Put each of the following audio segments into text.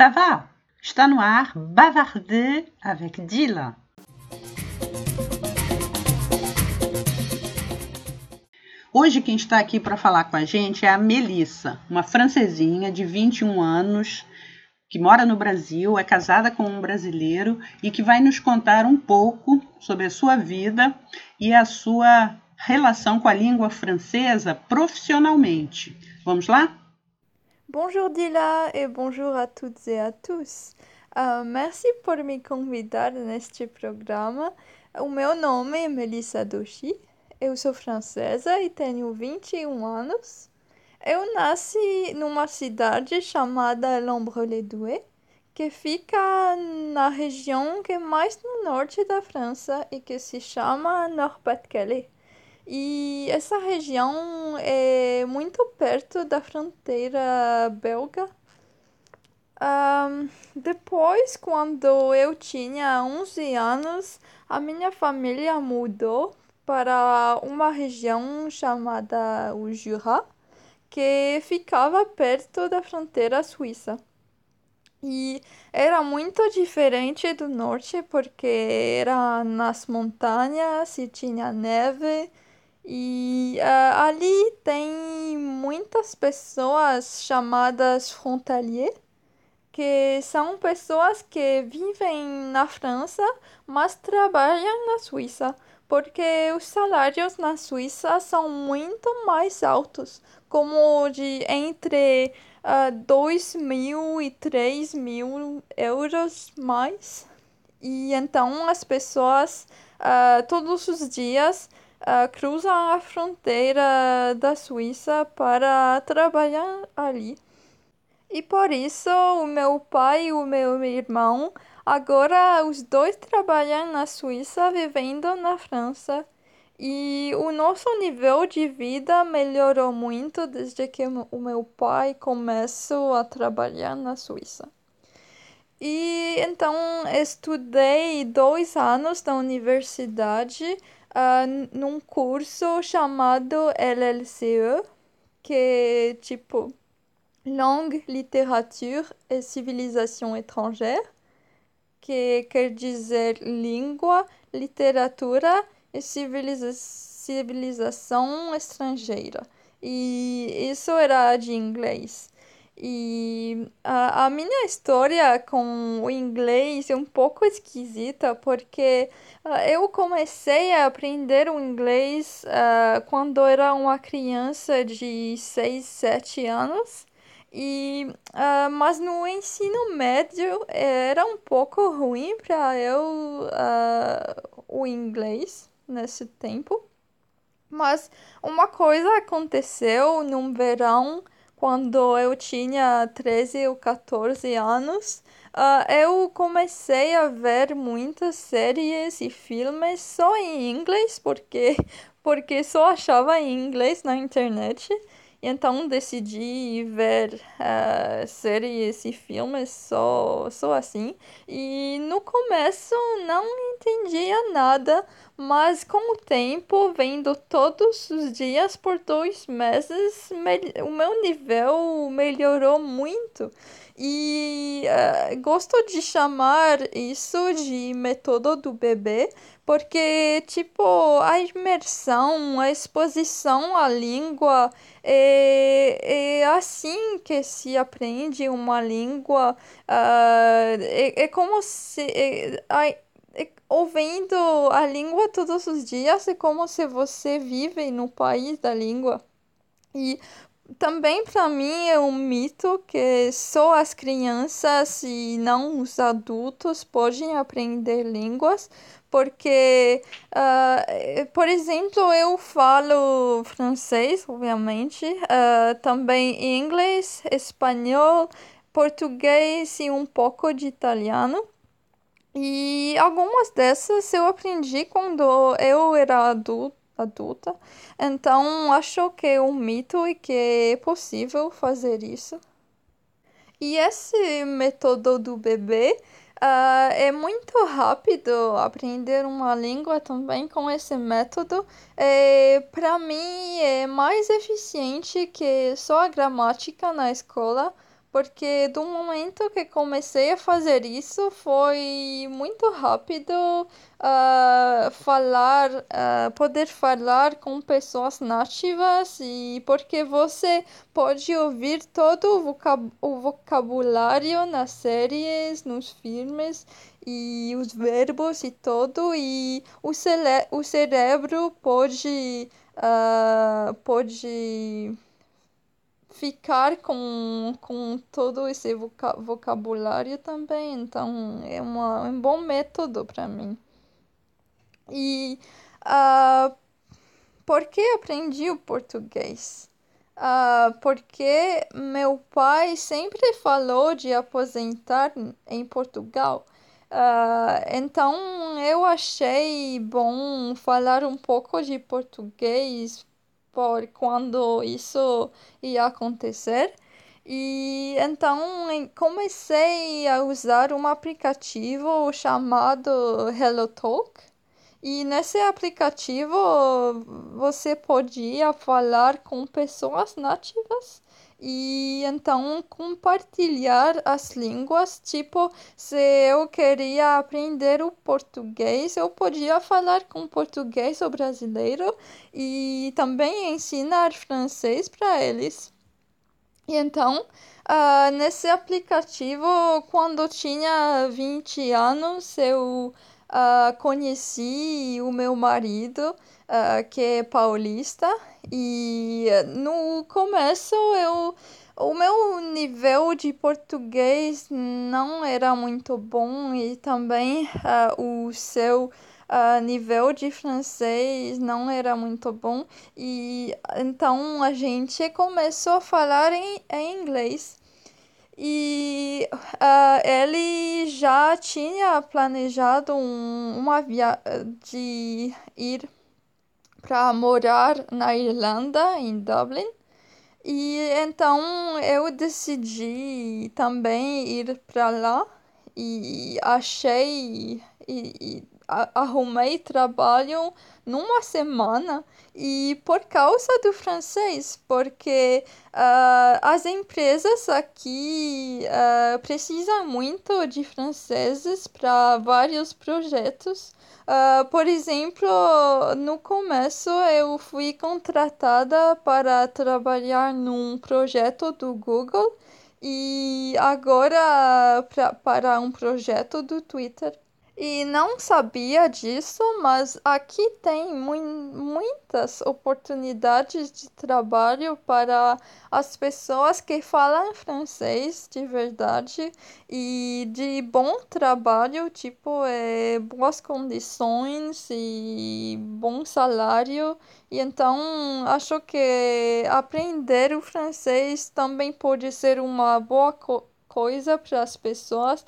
ça va? Está no ar Bavarder avec Dila. Hoje quem está aqui para falar com a gente é a Melissa, uma francesinha de 21 anos, que mora no Brasil, é casada com um brasileiro e que vai nos contar um pouco sobre a sua vida e a sua relação com a língua francesa profissionalmente. Vamos lá? Bonjour Dila et bonjour à toutes et à tous. Merci por me convidar neste programa. O meu nome é Melissa Doshi. Eu sou francesa e tenho 21 anos. Eu nasci numa cidade chamada Lombre-les-Doués, que fica na região que é mais no norte da França e que se chama Nord-Pas-de-Calais. E essa região é muito perto da fronteira belga. Depois, quando eu tinha 11 anos, a minha família mudou para uma região chamada o Jura, que ficava perto da fronteira suíça. E era muito diferente do norte, porque era nas montanhas e tinha neve. E ali tem muitas pessoas chamadas frontaliers, que são pessoas que vivem na França, mas trabalham na Suíça, porque os salários na Suíça são muito mais altos, como de entre 2.000 e 3.000 euros mais. E então as pessoas todos os dias cruzam a fronteira da Suíça para trabalhar ali. E por isso o meu pai e o meu irmão, agora os dois trabalham na Suíça, vivendo na França. E o nosso nível de vida melhorou muito desde que o meu pai começou a trabalhar na Suíça. E então estudei 2 anos na universidade num curso chamado LLCE, que é tipo Langue, Littérature et Civilisation étrangère, que quer dizer língua, literatura e civilização estrangeira. E isso era de inglês. E a minha história com o inglês é um pouco esquisita, porque eu comecei a aprender o inglês quando era uma criança de 6, 7 anos. Mas no ensino médio era um pouco ruim para eu o inglês nesse tempo. Mas uma coisa aconteceu num verão, quando eu tinha 13 ou 14 anos. Eu comecei a ver muitas séries e filmes só em inglês, porque só achava em inglês na internet. Então decidi ver séries e filmes só assim. E no começo não entendia nada, mas com o tempo, vendo todos os dias por 2 meses, o meu nível melhorou muito. E gosto de chamar isso de método do bebê, porque, tipo, a imersão, a exposição à língua é assim que se aprende uma língua. É como se. Ouvindo a língua todos os dias é como se você vive no país da língua. E também para mim é um mito que só as crianças e não os adultos podem aprender línguas, porque, por exemplo, eu falo francês, obviamente, também inglês, espanhol, português e um pouco de italiano. E algumas dessas eu aprendi quando eu era adulta. Então acho que é um mito e que é possível fazer isso. E esse método do bebê é muito rápido aprender uma língua também com esse método. Para mim é mais eficiente que só a gramática na escola, porque do momento que comecei a fazer isso foi muito rápido poder falar com pessoas nativas e porque você pode ouvir todo o vocabulário nas séries, nos filmes e os verbos e tudo e o cérebro pode ficar com todo esse vocabulário também. Então, é um bom método para mim. E por que aprendi o português? Porque meu pai sempre falou de aposentar em Portugal. Então eu achei bom falar um pouco de português por quando isso ia acontecer. E então comecei a usar um aplicativo chamado HelloTalk. E nesse aplicativo você podia falar com pessoas nativas e então compartilhar as línguas. Tipo, se eu queria aprender o português, eu podia falar com português ou brasileiro e também ensinar francês para eles. E então, nesse aplicativo, quando eu tinha 20 anos, eu conheci o meu marido, que é paulista, e no começo o meu nível de português não era muito bom e também o seu nível de francês não era muito bom. E então a gente começou a falar em inglês. E ele já tinha planejado uma viagem de ir para morar na Irlanda, em Dublin. E então eu decidi também ir para lá e arrumei trabalho numa semana e por causa do francês, porque as empresas aqui precisam muito de franceses para vários projetos. Por exemplo, no começo eu fui contratada para trabalhar num projeto do Google e agora para um projeto do Twitter. E não sabia disso, mas aqui tem muitas oportunidades de trabalho para as pessoas que falam francês de verdade e de bom trabalho, tipo, boas condições e bom salário. E então acho que aprender o francês também pode ser uma boa coisa para as pessoas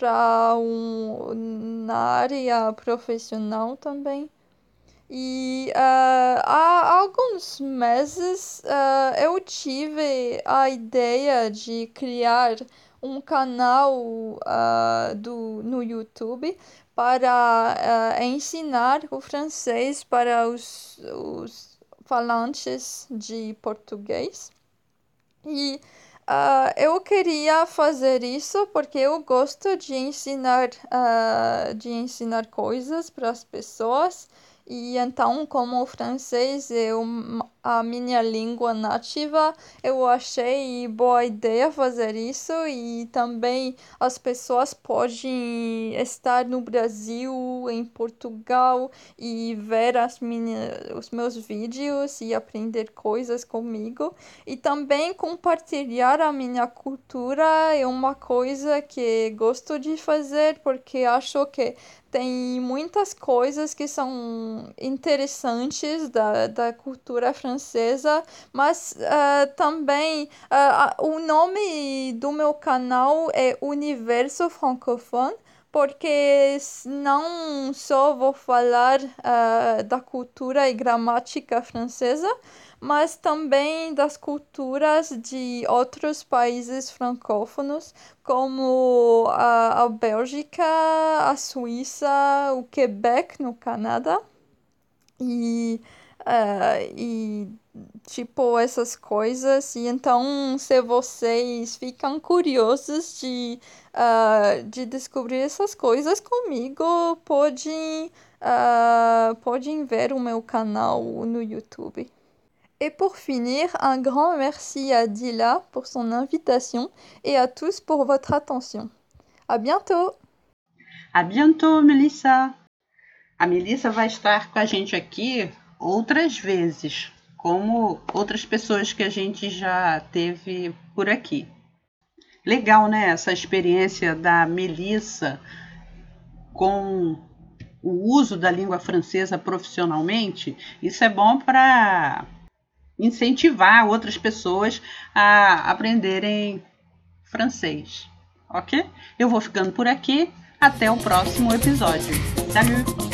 na área profissional também. E há alguns meses eu tive a ideia de criar um canal no YouTube para ensinar o francês para os falantes de português. E eu queria fazer isso porque eu gosto de ensinar coisas para as pessoas. E então, como o francês é a minha língua nativa, eu achei boa ideia fazer isso. E também as pessoas podem estar no Brasil, em Portugal e ver os meus vídeos e aprender coisas comigo. E também compartilhar a minha cultura é uma coisa que gosto de fazer porque acho que tem muitas coisas que são interessantes da cultura francesa, mas também o nome do meu canal é Universo Francophone. Porque não só vou falar da cultura e gramática francesa, mas também das culturas de outros países francófonos, como a Bélgica, a Suíça, o Quebec, no Canadá. E e tipo essas coisas. E então, se vocês ficam curiosos de descobrir essas coisas comigo, podem ver o meu canal no YouTube. Et pour finir, un grand merci à Dila pour son invitation et à tous pour votre attention. À bientôt! À bientôt, Melissa! A Melissa vai estar com a gente aqui outras vezes, como outras pessoas que a gente já teve por aqui. Legal, né? Essa experiência da Melissa com o uso da língua francesa profissionalmente. Isso é bom para incentivar outras pessoas a aprenderem francês, ok? Eu vou ficando por aqui. Até o próximo episódio. Salut!